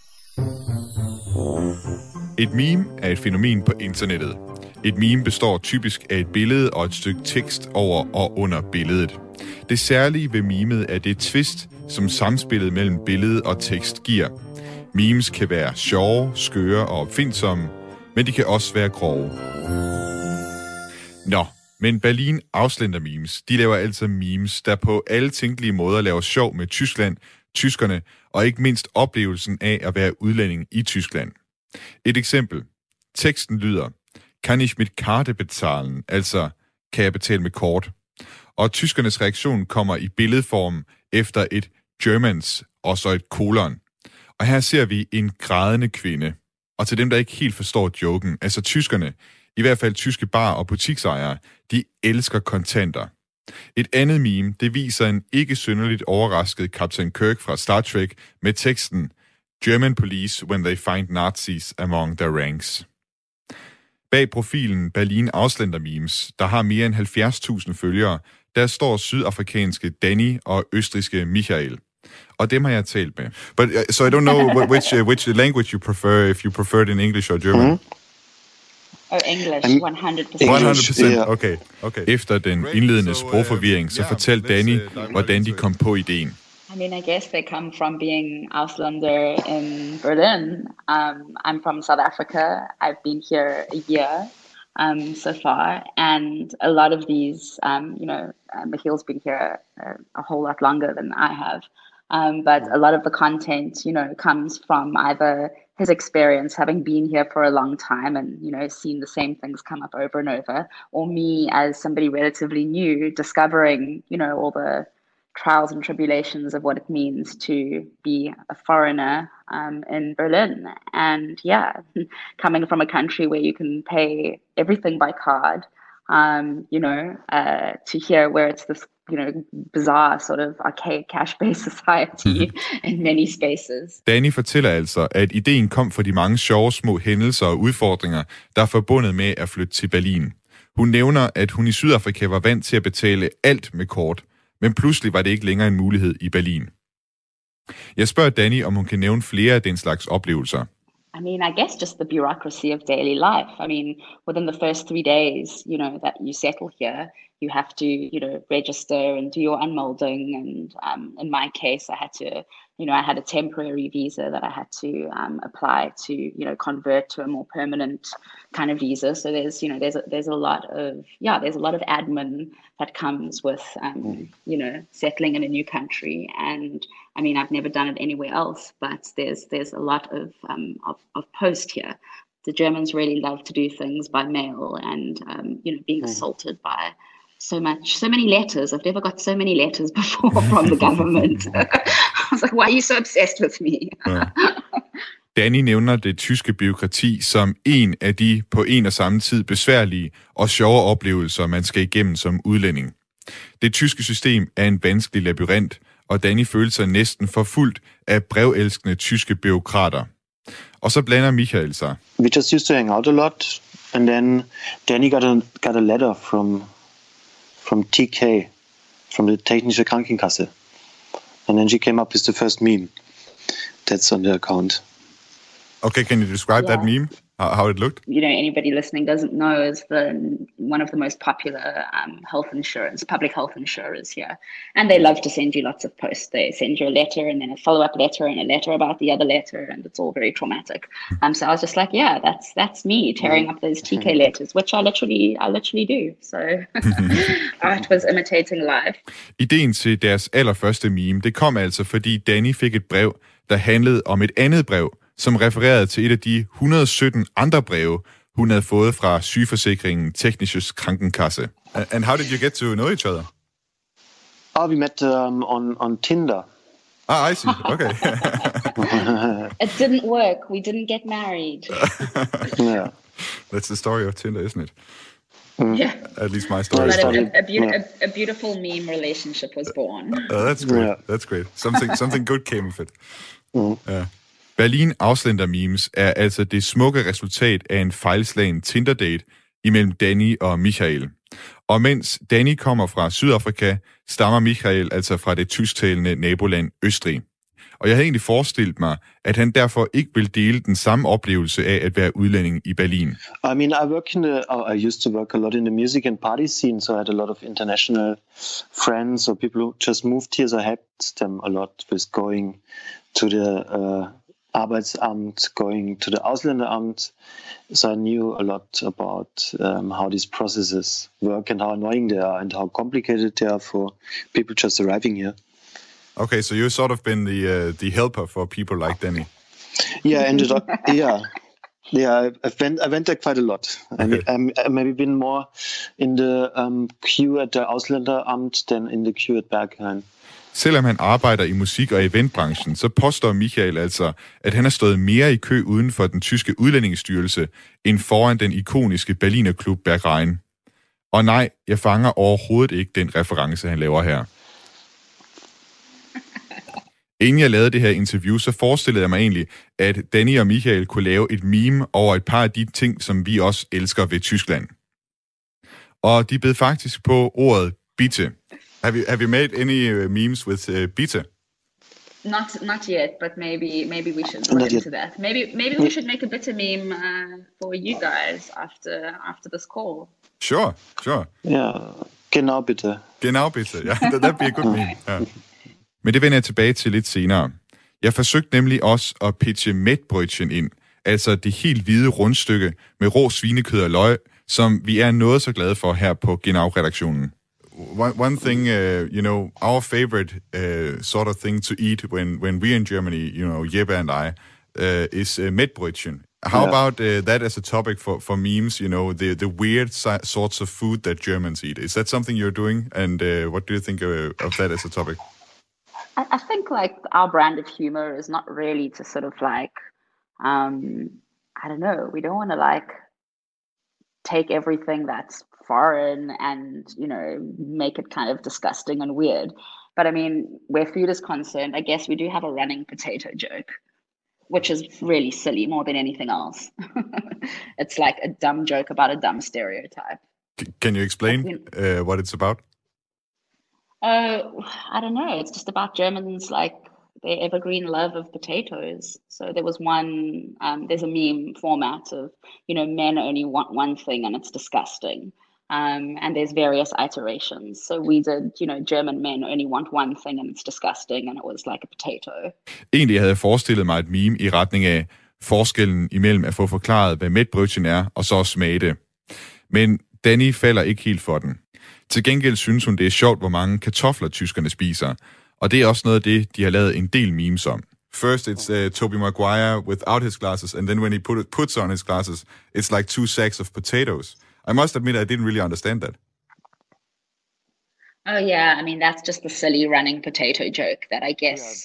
Et meme er et fænomen på internettet. Et meme består typisk af et billede og et stykke tekst over og under billedet. Det særlige ved memet er det twist, som samspillet mellem billede og tekst giver. Memes kan være sjove, skøre og opfindsomme, men de kan også være grove. Nå, men Berlin afslender memes. De laver altså memes, der på alle tænkelige måder laver sjov med Tyskland, tyskerne og ikke mindst oplevelsen af at være udlænding i Tyskland. Et eksempel. Teksten lyder: Kan ich mit Karte bezahlen? Altså, kan jeg betale med kort? Og tyskernes reaktion kommer i billedform efter et Germans og så et kolon. Og her ser vi en grædende kvinde. Og til dem, der ikke helt forstår joken, altså tyskerne, i hvert fald tyske bar- og butiksejere, de elsker kontanter. Et andet meme, det viser en ikke synderligt overrasket Captain Kirk fra Star Trek med teksten German police when they find Nazis among their ranks. Bag profilen Berlin afslender memes, der har mere end 70.000 følgere, der står sydafrikanske Danny og østrigske Michael. Og dem har jeg talt med. But so I don't know which language you prefer, if you prefer it in English or German. Mm-hmm. Oh, English, 100%. 100%, okay. Efter den indledende sprogforvirring, så fortalte Danny, hvordan de kom på ideen. I mean, I guess they come from being Ausländer in Berlin. I'm from South Africa. I've been here a year so far, and a lot of these, Michiel's been here a whole lot longer than I have. But a lot of the content, comes from either his experience having been here for a long time and, seen the same things come up over and over, or me as somebody relatively new discovering, all the trials and tribulations of what it means to be a foreigner in Berlin. And coming from a country where you can pay everything by card, to here where it's this, bizarre sort of archaic cash-based society in many spaces. Danny fortæller altså, at ideen kom fra de mange sjove små hændelser og udfordringer, der er forbundet med at flytte til Berlin. Hun nævner, at hun i Sydafrika var vant til at betale alt med kort, men pludselig var det ikke længere en mulighed i Berlin. Jeg spørger Danny, om hun kan nævne flere af den slags oplevelser. I mean, I guess just the bureaucracy of daily life. I mean, within the first 3 days, that you settle here, you have to, register and do your unmolding. And in my case, I had to, I had a temporary visa that I had to apply to, convert to a more permanent kind of visa. So there's a lot of, there's a lot of admin that comes with, settling in a new country. And I mean, I've never done it anywhere else, but there's a lot of post here. The Germans really love to do things by mail and, being assaulted by so many letters. I've never got so many letters before from the government. I was like, why are you so obsessed with me? Danny nævner det tyske bureaukrati som en af de på en og samme tid besværlige og sjove oplevelser, man skal igennem som udlænding. Det tyske system er en vanskelig labyrint, og Danny følte sig næsten forfulgt af brevelskende tyske bureaukrater. Og så blander Michael sig. We just used to hang out a lot, and then Danny got a letter from TK, from the Technische Krankenkasse. And then she came up with the first meme that's on the account. Okay, can you describe that meme? how it looked? Anybody listening doesn't know is one of the most popular public health insurers here. And they love to send you lots of posts. They send you a letter and then a follow-up letter and a letter about the other letter, and it's all very traumatic. So I was just like, yeah, that's me tearing up those TK letters, which I literally do. So art was imitating life. Ideen til deres allerførste meme, det kom altså, fordi Danny fik et brev, der handlede om et andet brev, som refererede til et af de 117 andre breve, hun havde fået fra sygeforsikringen Technische Krankenkasse. And how did you get to know each other? We met on Tinder. I see. Okay. It didn't work. We didn't get married. Yeah. That's the story of Tinder, isn't it? Yeah. At least my story. But a beautiful meme relationship was born. That's great. Yeah. That's great. Something good came of it. Yeah. Berlin Ausländer memes er altså det smukke resultat af en fejlslagen Tinder-date imellem Danny og Michael. Og mens Danny kommer fra Sydafrika, stammer Michael altså fra det tysktalende naboland Østrig. Og jeg havde egentlig forestillet mig, at han derfor ikke vil dele den samme oplevelse af at være udlænding i Berlin. I mean, I used to work a lot in the music and party scene, so I had a lot of international friends or people who just moved here, so I helped them a lot with going to the Arbeitsamt, going to the Ausländeramt. So I knew a lot about how these processes work and how annoying they are and how complicated they are for people just arriving here. Okay, so you've sort of been the helper for people like Danny. Yeah, I went there quite a lot. Okay. I maybe been more in the queue at the Ausländeramt than in the queue at Berghain. Selvom han arbejder i musik- og eventbranchen, så påstår Michael altså, at han har stået mere i kø uden for den tyske udlændingestyrelse, end foran den ikoniske Berlinerklub Berghain. Og nej, jeg fanger overhovedet ikke den reference, han laver her. Inden jeg lavede det her interview, så forestillede jeg mig egentlig, at Danny og Michael kunne lave et meme over et par af de ting, som vi også elsker ved Tyskland. Og de bed faktisk på ordet bitte. Have you made any memes with bitte? Not yet, but maybe we should look into that. Maybe we should make a bitte meme for you guys after this call. Sure. Yeah, genau bitte. Genau bitte, ja. That'd be a good meme. Ja. Men det vender jeg tilbage til lidt senere. Jeg forsøgte nemlig også at pitche Mettbrötchen ind, altså det helt hvide rundstykke med rå svinekød og løg, som vi er noget så glade for her på Genau-redaktionen. One thing, our favorite sort of thing to eat when we're in Germany, Jeppe and I, is Mettbrötchen. How about that as a topic for memes, the weird sorts of food that Germans eat? Is that something you're doing? And what do you think of that as a topic? I think like our brand of humor is not really to sort of like, I don't know, we don't want to like take everything that's foreign and, make it kind of disgusting and weird. But I mean, where food is concerned, I guess we do have a running potato joke, which is really silly more than anything else. It's like a dumb joke about a dumb stereotype. Can you explain what it's about? I don't know. It's just about Germans, like their evergreen love of potatoes. So there was there's a meme format of, men only want one thing and it's disgusting. And there's various iterations. So we did, German men only want one thing and it's disgusting, and it was like a potato. Egentlig havde jeg forestillet mig et meme i retning af forskellen imellem at få forklaret, hvad Mettbrötchen er, og så smage det. Men Danny falder ikke helt for den. Til gengæld synes hun, det er sjovt, hvor mange kartofler tyskerne spiser. Og det er også noget af det, de har lavet en del memes om. First, it's Tobey Maguire without his glasses, and then when he puts on his glasses, it's like 2 sacks of potatoes. I must admit, I didn't really understand that. Oh, yeah. I mean, that's just the silly running potato joke that I guess,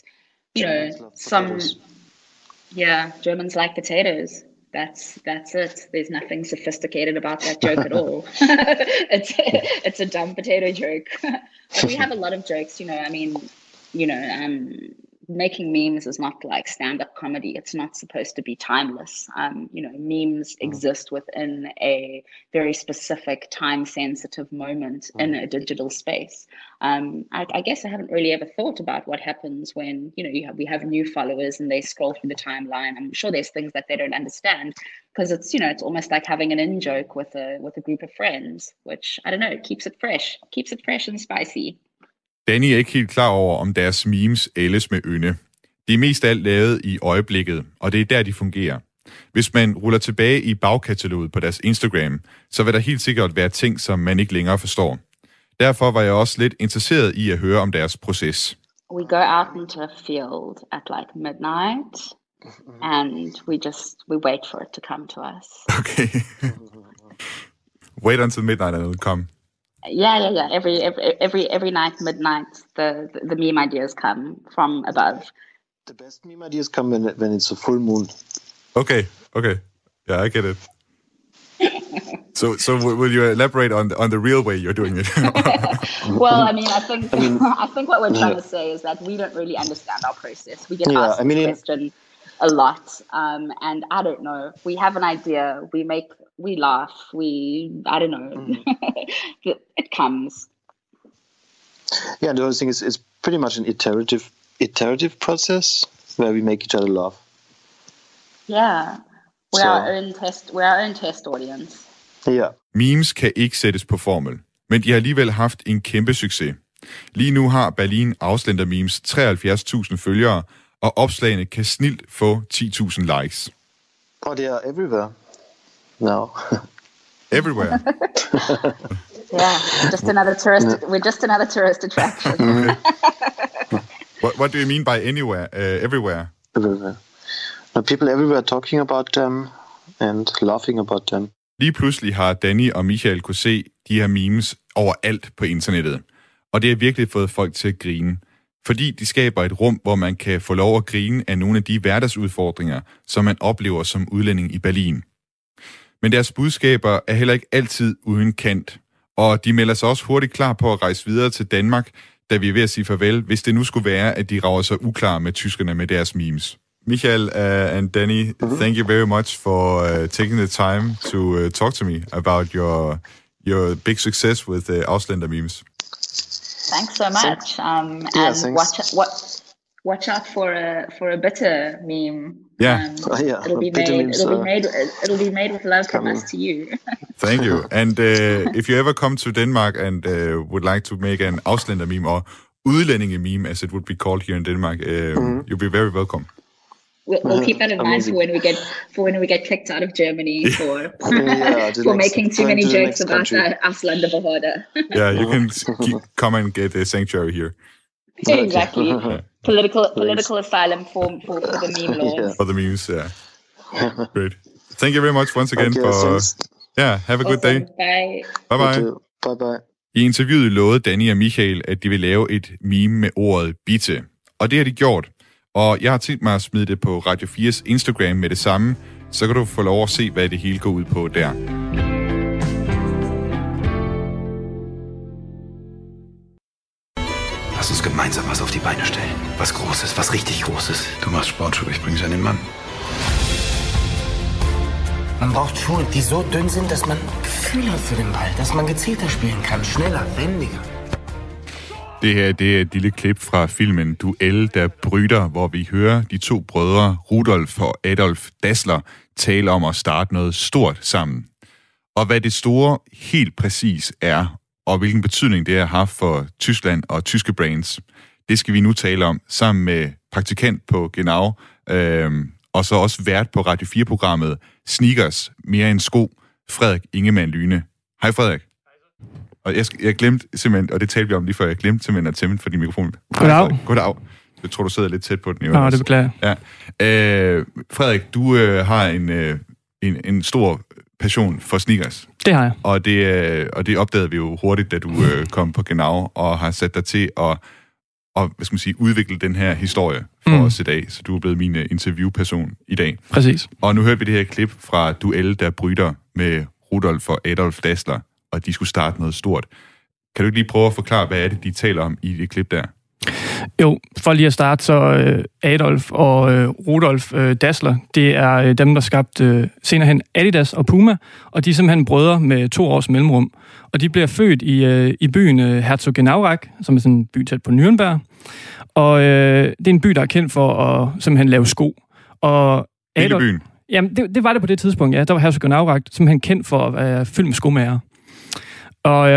Germans like potatoes. That's it. There's nothing sophisticated about that joke at all. It's a dumb potato joke. But we have a lot of jokes, making memes is not like stand-up comedy. It's not supposed to be timeless. Memes exist within a very specific time-sensitive moment in a digital space. I guess I haven't really ever thought about what happens when, we have new followers and they scroll through the timeline. I'm sure there's things that they don't understand because it's, it's almost like having an in-joke with a group of friends, which, I don't know, keeps it fresh and spicy. Danny er ikke helt klar over, om deres memes ældes med ynde. De er mest alt lavet i øjeblikket, og det er der, de fungerer. Hvis man ruller tilbage i bagkataloget på deres Instagram, så vil der helt sikkert være ting, som man ikke længere forstår. Derfor var jeg også lidt interesseret i at høre om deres proces. We go out into a field at like midnight, and we wait for it to come to us. Okay. Wait until midnight and it'll come. Yeah. Every night, midnight, the meme ideas come from above. The best meme ideas come when it's a full moon. Okay. Yeah, I get it. So will you elaborate on the real way you're doing it? Well, I think what we're trying to say is that we don't really understand our process. We get asked this question a lot, and I don't know. We have an idea. We laugh. I don't know. It comes. Yeah, the whole thing is pretty much an iterative process where we make each other laugh. Yeah, we're our own test audience. Yeah. Memes kan ikke sættes på formel, men de har alligevel haft en kæmpe succes. Lige nu har Berlin Ausländer Memes 73.000 følgere, og opslagene kan snilt få 10.000 likes. Oh, they are everywhere now. Everywhere? Yeah, we're just another tourist attraction. Okay. What do you mean by anywhere? Everywhere? Everywhere. People everywhere talking about them and laughing about them. Lige pludselig har Danny og Michael kunne se de her memes overalt på internettet. Og det har virkelig fået folk til at grine. Fordi de skaber et rum, hvor man kan få lov at grine af nogle af de hverdagsudfordringer, som man oplever som udlænding i Berlin. Men deres budskaber er heller ikke altid uden kant. Og de melder sig også hurtigt klar på at rejse videre til Danmark, da vi er ved at sige farvel, hvis det nu skulle være, at de rager sig uklar med tyskerne med deres memes. Michael and Danny, thank you very much for taking the time to talk to me about your big success with Ausländer memes. Thanks so much. Watch out for a bitter meme. Yeah. It'll be made with love from us to you. Thank you. And if you ever come to Denmark and would like to make an Ausländer meme or udlændinge meme, as it would be called here in Denmark, you'll be very welcome. We'll keep that in mind for when we get kicked out of Germany for making too many jokes about Ausländerbehörde. Yeah, you can come and get a sanctuary here. Exactly. Political asylum for the meme laws. For the memes, yeah. Great. Thank you very much once again have a good day. Bye. Bye. Bye. I interviewet lovede Danny og Michael, at de vil lave et meme med ordet bitte. Og det har de gjort. Og jeg har tænkt mig at smide det på Radio 4's Instagram med det samme, så kan du få lov at se, hvad det hele går ud på der. Lass uns gemeinsam was auf die Beine stellen. Was Großes, was richtig Großes. Du machst Sportschuhe, ich bring's an den Mann. Man braucht Schuhe, die so dünn sind, dass man Gefühl hat für den Ball, dass man gezielter spielen kann, schneller, wendiger. Det her, det er et lille klip fra filmen Duell der Brüder, hvor vi hører de to brødre, Rudolf og Adolf Dassler, tale om at starte noget stort sammen. Og hvad det store helt præcis er, og hvilken betydning det har haft for Tyskland og tyske brands, det skal vi nu tale om sammen med praktikant på Genau, og så også vært på Radio 4-programmet Sneakers, mere end sko, Frederik Ingemann Lyne. Hej Frederik. Og jeg glemte simpelthen, og det talte vi om lige før, jeg glemte simpelthen at tænde for din mikrofon. Goddag. Jeg tror, du sidder lidt tæt på den. Nå, det beklager. Ja. Frederik, du har en stor passion for sneakers. Det har jeg. Og det opdagede vi jo hurtigt, da du kom på Genau, og har sat dig til at hvad skal man sige, udvikle den her historie for os i dag. Så du er blevet min interviewperson i dag. Præcis. Og nu hørte vi det her klip fra Duell der Brüder med Rudolf og Adolf Dassler, og de skulle starte noget stort. Kan du ikke lige prøve at forklare, hvad er det, de taler om i det klip der? Jo, for lige at starte, så Adolf og Rudolf Dassler, det er dem, der skabte senere hen Adidas og Puma, og de er simpelthen brødre med 2 års mellemrum. Og de bliver født i byen Herzogenaurach, som er sådan en by tæt på Nürnberg. Og det er en by, der er kendt for at simpelthen lave sko. Og Adolf, byen? Jamen, det var det på det tidspunkt, ja. Der var Herzogenaurach simpelthen kendt for at være fyldt med skomager. Og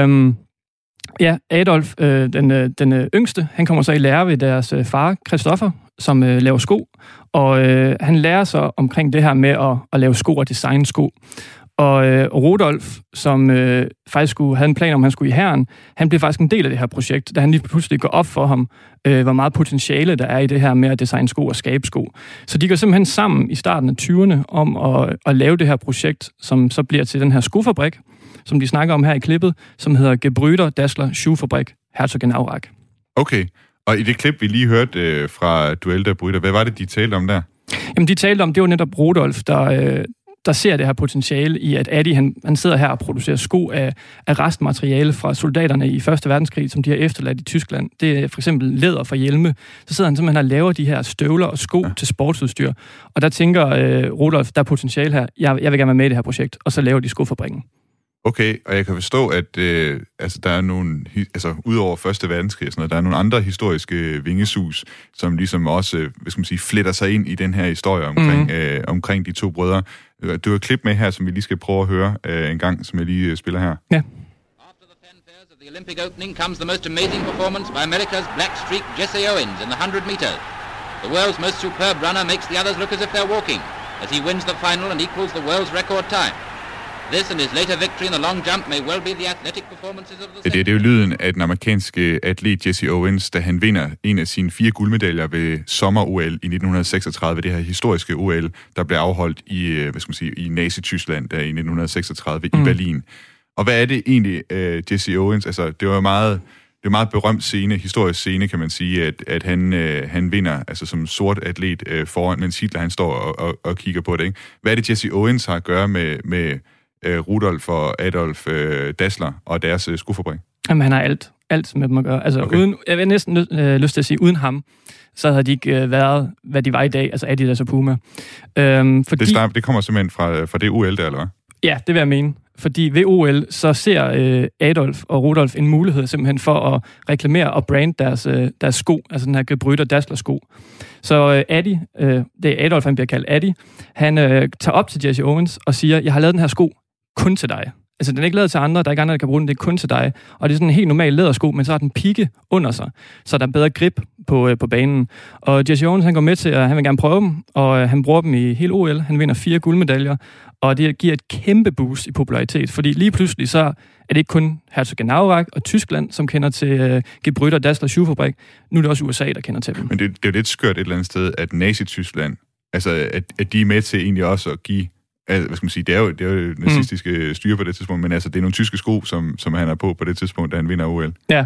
Adolf, den yngste, han kommer så i lære ved deres far, Christoffer, som laver sko. Og han lærer så omkring det her med at lave sko og designe sko. Og Rudolf, som faktisk havde en plan om, han skulle i hæren, han blev faktisk en del af det her projekt, da han lige pludselig går op for ham, hvor meget potentiale der er i det her med at designe sko og skabe sko. Så de går simpelthen sammen i starten af 20'erne om at lave det her projekt, som så bliver til den her skofabrik, som de snakker om her i klippet, som hedder Gebrüder Dassler Schuhfabrik Herzogenaurach. Okay, og i det klip, vi lige hørte fra Duell der Brüder, hvad var det, de talte om der? Jamen, de talte om, det var netop Rudolf, der ser det her potentiale i, at Adi, han sidder her og producerer sko af restmateriale fra soldaterne i 1. verdenskrig, som de har efterladt i Tyskland. Det er for eksempel læder fra hjelme. Så sidder han simpelthen og laver de her støvler og sko til sportsudstyr. Og der tænker Rudolf, der er potentiale her. Jeg vil gerne være med i det her projekt. Og så laver de skofabrikken. Okay, og jeg kan forstå, at der er nogle, udover 1. verdenskrig og sådan noget, der er nogle andre historiske vingesus, som ligesom også, fletter sig ind i den her historie omkring de 2 brødre. Du har et klip med her, som vi lige skal prøve at høre en gang, som jeg lige spiller her. Ja. After the fanfares of the Olympic opening comes the most amazing performance by America's black streak Jesse Owens in the 100 meters. The world's most superb runner makes the others look as if they're walking, as he wins the final and equals the world's record time. This and his later victory in the long jump may well be the athletic performances of the Det er jo lyden af den amerikanske atlet Jesse Owens, da han vinder en af sine 4 guldmedaljer ved sommer-OL i 1936, det her historiske OL, der blev afholdt i Nazi-Tyskland der i 1936 i Berlin. Og hvad er det egentlig, Jesse Owens? Altså, det var jo meget berømt scene, historisk scene, kan man sige, at han vinder altså som sort atlet foran, mens Hitler han står og kigger på det, ikke? Hvad er det, Jesse Owens har at gøre med Rudolf og Adolf Dassler og deres skofabrik? Jamen, han har alt med dem at gøre. Altså, okay. Jeg vil næsten lyst til at sige, uden ham, så havde de ikke været, hvad de var i dag, altså Adidas og Puma. Fordi det kommer simpelthen fra det OL der, eller hvad? Ja, det vil jeg mene. Fordi ved OL, så ser Adolf og Rudolf en mulighed simpelthen for at reklamere og brande deres sko, altså den her Gebrüder Dassler sko. Så Adi, det er Adolf, han bliver kaldt Adi, han tager op til Jesse Owens og siger, jeg har lavet den her sko kun til dig. Altså, den er ikke lavet til andre, der er ikke andre, der kan bruge den, det er kun til dig. Og det er sådan en helt normal lædersko, men så har den pigge under sig, så der er bedre grip på banen. Og Jesse Owens, han går med til, at han vil gerne prøve dem, og han bruger dem i hele OL. Han vinder 4 guldmedaljer, og det giver et kæmpe boost i popularitet, fordi lige pludselig så er det ikke kun Herzogenaurach og Tyskland, som kender til Gebrüder Dassler Schuhfabrik. Nu er det også USA, der kender til dem. Men det er jo lidt skørt et eller andet sted, at Nazi-Tyskland, altså at de er med til egentlig også at give, hvad skal man sige, det er jo nazistiske styre på det tidspunkt, men altså det er nogle tyske sko, som han er på det tidspunkt, da han vinder OL. Ja.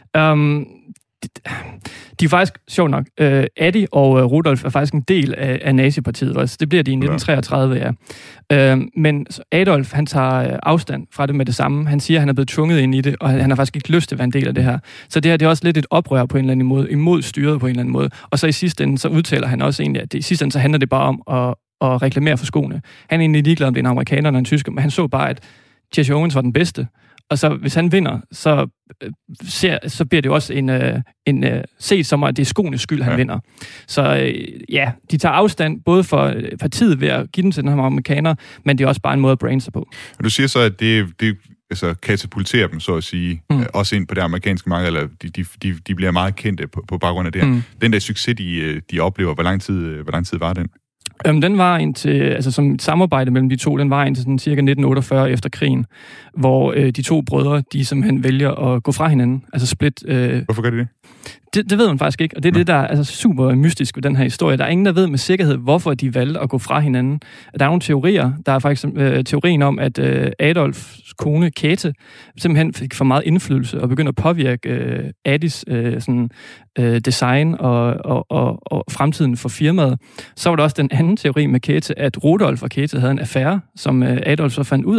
De er faktisk, sjovt nok, Adi og Rudolf er faktisk en del af nazipartiet også. Det bliver de i 1933, ja. Men Adolf, han tager afstand fra det med det samme. Han siger, at han er blevet tvunget ind i det, og han har faktisk ikke lyst til at være en del af det her. Så det her, det er også lidt et oprør på en eller anden måde, imod styret på en eller anden måde. Og så i sidste ende, så udtaler han også egentlig, at i sidste ende, så handler det bare om at reklamere for skoene. Han er egentlig ligeglad om det er en amerikaner eller en tysker, men han så bare, at Jesse Owens var den bedste. Og så hvis han vinder, så bliver det jo også en set som, at det er skoenes skyld, han vinder. Så de tager afstand både for partiet ved at give den til den her amerikaner, men det er også bare en måde at brande sig på. Og du siger så, at det altså katapulterer dem, så at sige, også ind på det amerikanske marked, eller de bliver meget kendte på baggrund af det her. Den der succes, de oplever, hvor lang tid var den? Den var indtil, altså som et samarbejde mellem de to, den var indtil sådan cirka 1948 efter krigen, hvor de 2 brødre, de simpelthen vælger at gå fra hinanden, altså split. Hvorfor gør de det? Det ved man faktisk ikke, og det er det, der er altså super mystisk ved den her historie. Der er ingen, der ved med sikkerhed, hvorfor de valgte at gå fra hinanden. Der er nogle teorier. Der er faktisk teorien om, at Adolfs kone, Käthe, simpelthen fik for meget indflydelse og begyndte at påvirke Adis design og fremtiden for firmaet. Så var der også den anden teori med Käthe, at Rudolf og Käthe havde en affære, som Adolf så fandt ud af.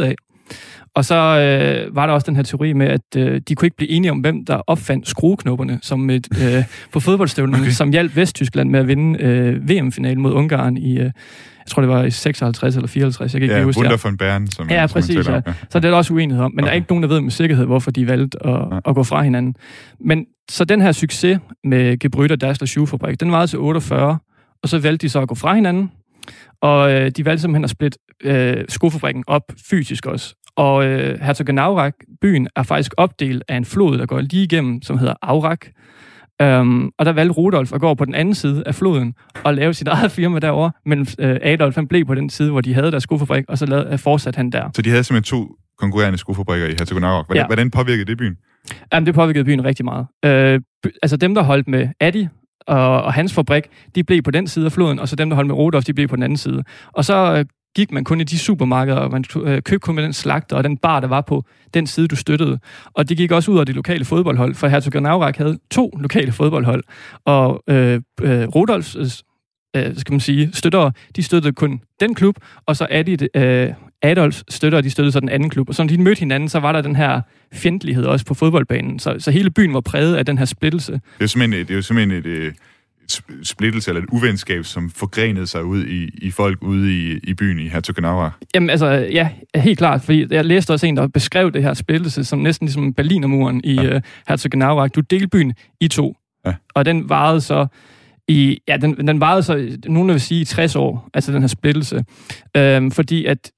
Og så var der også den her teori med, at de kunne ikke blive enige om, hvem der opfandt skrueknopperne som på fodboldstøvlerne, som hjalp Vesttyskland med at vinde VM-finalen mod Ungarn i, jeg tror det var i 56 eller 54, jeg kan ikke huske. Wunder von Bern, som præcis, ja. Så det er der også uenighed om, men der er ikke nogen, der ved med sikkerhed, hvorfor de valgte at gå fra hinanden. Men så den her succes med Gebrüder Dassler Schuhfabrik, den varede til 48, og så valgte de så at gå fra hinanden, og de valgte simpelthen at splitte skofabrikken op fysisk også. Og Herzogenaurach, byen, er faktisk opdelt af en flod, der går lige igennem, som hedder Aurach. Og der valgte Rudolf at gå på den anden side af floden og lave sit eget firma derovre, men Adolf han blev på den side, hvor de havde deres skofabrik, og så fortsatte han der. Så de havde simpelthen 2 konkurrerende skofabrikker i Herzogenaurach. Hvordan påvirkede det byen? Jamen, det påvirkede byen rigtig meget. Altså dem, der holdt med Adi og hans fabrik, de blev på den side af floden, og så dem, der holdt med Rudolf, de blev på den anden side. Og så gik man kun i de supermarkeder, og man købte kun med den slagter og den bar, der var på den side, du støttede. Og det gik også ud af de lokale fodboldhold, for Herzogenaurach havde 2 lokale fodboldhold, og Rudolfs skal man sige, støttere, de støttede kun den klub, og så Adolfs støttere, de støttede så den anden klub. Og så når de mødte hinanden, så var der den her fjendtlighed også på fodboldbanen. Så hele byen var præget af den her splittelse. Det er jo simpelthen et splittelse eller et uvenskab, som forgrenede sig ud i folk ude i byen i Herzogenaurach. Jamen altså, ja, helt klart, fordi jeg læste også en, der beskrev det her splittelse som næsten ligesom Berlinermuren i Herzogenaurach. Du delte byen i 2, og den varede så den varede så, nogen vil sige, i 60 år, altså den her splittelse. Fordi at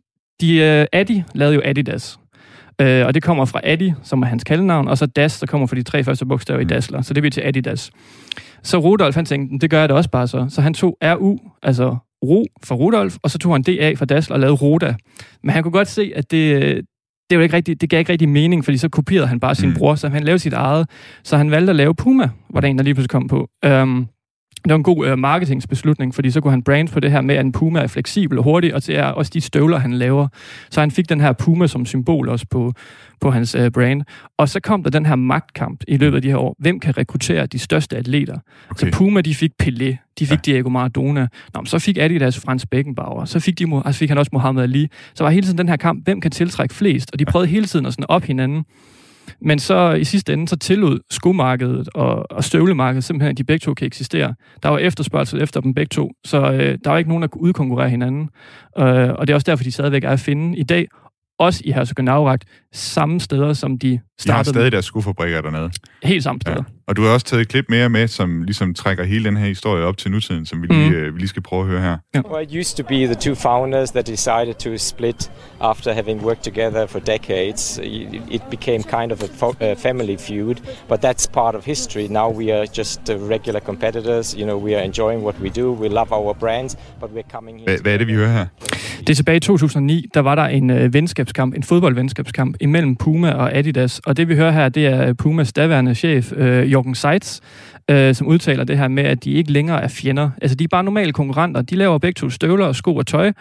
Adi lavede jo Adidas. Og det kommer fra Adi, som er hans kaldenavn, og så Das, der kommer fra de 3 første bogstaver i Dassler. Så det bliver til Adidas. Så Rudolf, han tænkte, det gør jeg da også bare så. Så han tog RU, altså Ro for Rudolf, og så tog han DA for Dassler og lavede Roda. Men han kunne godt se, at det gav ikke rigtig mening, fordi så kopierede han bare sin bror, så han lavede sit eget. Så han valgte at lave Puma, var der en, der lige pludselig kom på. Det var en god marketingsbeslutning, fordi så kunne han brande på det her med, at en Puma er fleksibel og hurtig, og det er også de støvler, han laver. Så han fik den her Puma som symbol også på hans brand. Og så kom der den her magtkamp i løbet af de her år. Hvem kan rekruttere de største atleter? Okay. Så Puma, de fik Pelé, de fik Diego Maradona. Så fik Adidas Franz Beckenbauer, så fik han også Muhammad Ali. Så var hele tiden den her kamp, hvem kan tiltrække flest? Og de prøvede hele tiden at sådan op hinanden. Men så i sidste ende, så tillod skomarkedet og støvlemarkedet simpelthen, at de begge to kan eksistere. Der var efterspørgsel efter dem begge to, så der var ikke nogen, der kunne udkonkurrere hinanden. Og det er også derfor, de stadigvæk er at finde i dag, også i Herzogenaurach, samme steder, som de startede. De har stadig deres skofabrikker dernede. Helt samme steder. Ja. Og du har også taget et klip mere med, som ligesom trækker hele den her historie op til nutiden, som vi lige skal prøve at høre her. Ja. Well, it used to be the 2 founders that decided to split after having worked together for decades. It became kind of a family feud, but that's part of history. Now we are just regular competitors. You know, we are enjoying what we do. We love our brands, but we're coming here. Hvad er det, vi hører her? Det er tilbage i 2009, der var der en venskabskamp, en fodboldvenskabskamp imellem Puma og Adidas, og det vi hører her, det er Pumas daværende chef, Jürgen Seitz, som udtaler det her med, at de ikke længere er fjender. Altså, de er bare normale konkurrenter. De laver begge to støvler og sko og tøj,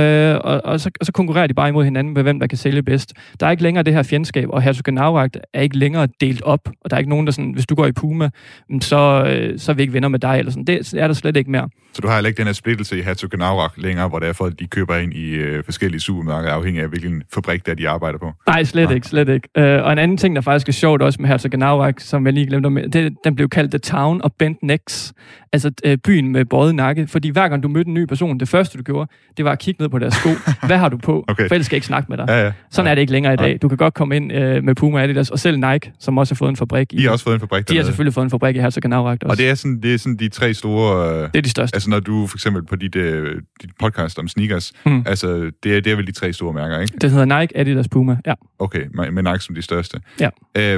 og så konkurrerer de bare imod hinanden med, hvem der kan sælge bedst. Der er ikke længere det her fjendskab, og Herzogenaurach er ikke længere delt op, og der er ikke nogen, der sådan, hvis du går i Puma, så er vi ikke venner med dig, eller sådan. Det er der slet ikke mere. Så du har ikke den her splittelse i Herzogenaurach længere, hvor det er for, at de køber ind i forskellige supermarkeder, afhængig af hvilken fabrik der de arbejder på? Nej, slet ikke. Og en anden ting, der faktisk er sjovt også med Herzogenaurach, som jeg lige glemte med, den blev kaldt The Town of Bent Necks, altså byen med bøjet nakke, fordi hver gang du mødte en ny person, det første du gjorde, det var at kigge ned på deres sko. Hvad har du på? Okay. For ellers skal jeg ikke snakke med dig. Ja. Sådan er det ikke længere i dag. Du kan godt komme ind med Puma og Adidas, og selv Nike, som også har fået en fabrik. De har også fået en fabrik. De har selvfølgelig fået en fabrik i Herzogenaurach også. Og det er sådan de 3 store... det er de største. Altså når du for eksempel på dit podcast om sneakers, altså det er vel de 3 store mærker, ikke? Det hedder Nike, Adidas, Puma, ja. Okay, med Nike som de største. Ja.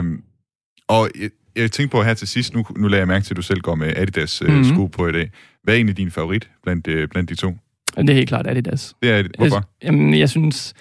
Og jeg tænkte på her til sidst, nu lader jeg mærke til, at du selv går med Adidas sko på i dag. Hvad er egentlig din favorit blandt de 2? Det er helt klart Adidas. Det er det. Hvorfor? Jeg synes...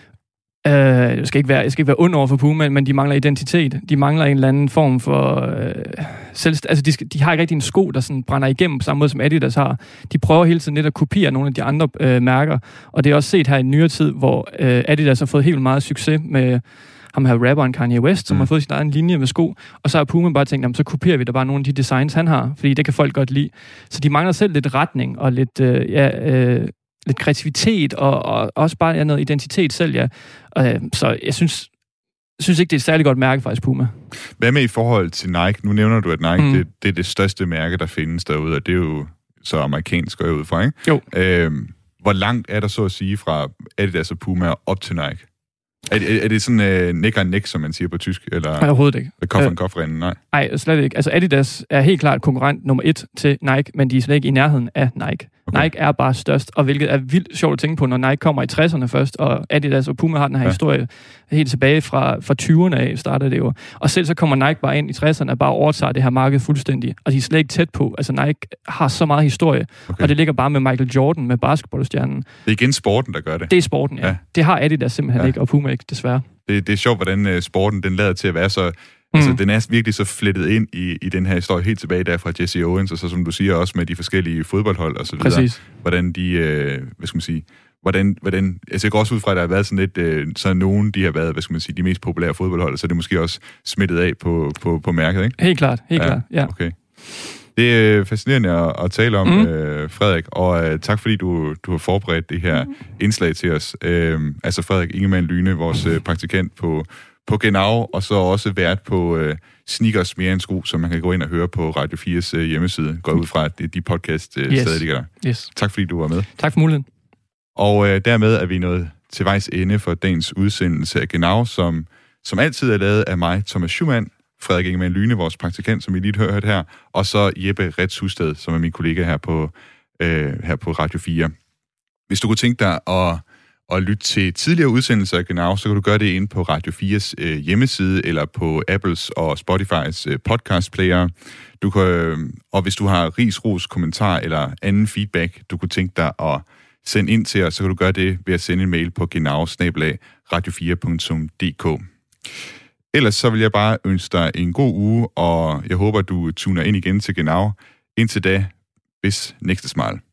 Jeg skal ikke være ond over for Puma, men de mangler identitet. De mangler en eller anden form for... altså, de har ikke rigtig en sko, der sådan brænder igennem på samme måde, som Adidas har. De prøver hele tiden lidt at kopiere nogle af de andre mærker, og det er også set her i nyere tid, hvor Adidas har fået helt meget succes med ham her rapperen Kanye West, som har fået sin egen linje med sko, og så har Puma bare tænkt, jamen, så kopierer vi da bare nogle af de designs, han har, fordi det kan folk godt lide. Så de mangler selv lidt retning og lidt... lidt kreativitet, og også bare noget identitet selv, ja. Så jeg synes ikke, det er et særlig godt mærke, faktisk, Puma. Hvad med i forhold til Nike? Nu nævner du, at Nike, det er det største mærke, der findes derude, og det er jo så amerikansk, går jeg ud fra, ikke? Jo. Hvor langt er der så at sige fra Adidas og Puma op til Nike? Er det sådan neck and neck, som man siger på tysk? Eller overhovedet ikke. Kof and kof-rennen? Nej, slet ikke. Altså Adidas er helt klart konkurrent nummer 1 til Nike, men de er slet ikke i nærheden af Nike. Okay. Nike er bare størst, og hvilket er vildt sjovt at tænke på, når Nike kommer i 60'erne først, og Adidas og Puma har den her historie helt tilbage fra 20'erne af, startede det jo. Og selv så kommer Nike bare ind i 60'erne og bare overtager det her marked fuldstændig, og de er slet ikke tæt på. Altså Nike har så meget historie, og det ligger bare med Michael Jordan, med basketballstjernen. Det er igen sporten, der gør det. Det er sporten, ja. Det har Adidas simpelthen ikke, og Puma ikke, desværre. Det er sjovt, hvordan sporten den lader til at være så... Altså, den er virkelig så flettet ind i den her historie helt tilbage der fra Jesse Owens, og så som du siger også med de forskellige fodboldhold og så videre. Præcis. Hvordan de, hvad skal man sige, hvordan, altså jeg går også ud fra, at der har været sådan lidt, så nogen, de har været, hvad skal man sige, de mest populære fodboldhold, så er det måske også smittet af på mærket, ikke? Helt klart, ja. Okay. Det er fascinerende at tale om, Frederik, og tak fordi du har forberedt det her indslag til os. Altså Frederik Ingemann Lyne, vores praktikant på Genau, og så også vært på Sneakers Mere end Sko, som man kan gå ind og høre på Radio 4's hjemmeside. Går ud fra, at de podcast stadig ligger der. Yes. Tak fordi du var med. Tak for muligheden. Og dermed er vi nået til vejs ende for dagens udsendelse af Genau, som altid er lavet af mig, Thomas Schumann, Frederik Ingemann Lyne, vores praktikant, som I lige hørte her, og så Jeppe Retz Husted, som er min kollega her på Radio 4. Hvis du kunne tænke dig at lytte til tidligere udsendelser af Genau, så kan du gøre det inde på Radio 4's hjemmeside, eller på Apples og Spotifys podcastplayer. Og hvis du har ris, ros, kommentar eller anden feedback, du kunne tænke dig at sende ind til os, så kan du gøre det ved at sende en mail på genau@radio4.dk. Ellers så vil jeg bare ønske dig en god uge, og jeg håber, du tuner ind igen til Genau. Indtil da, bis næste smile.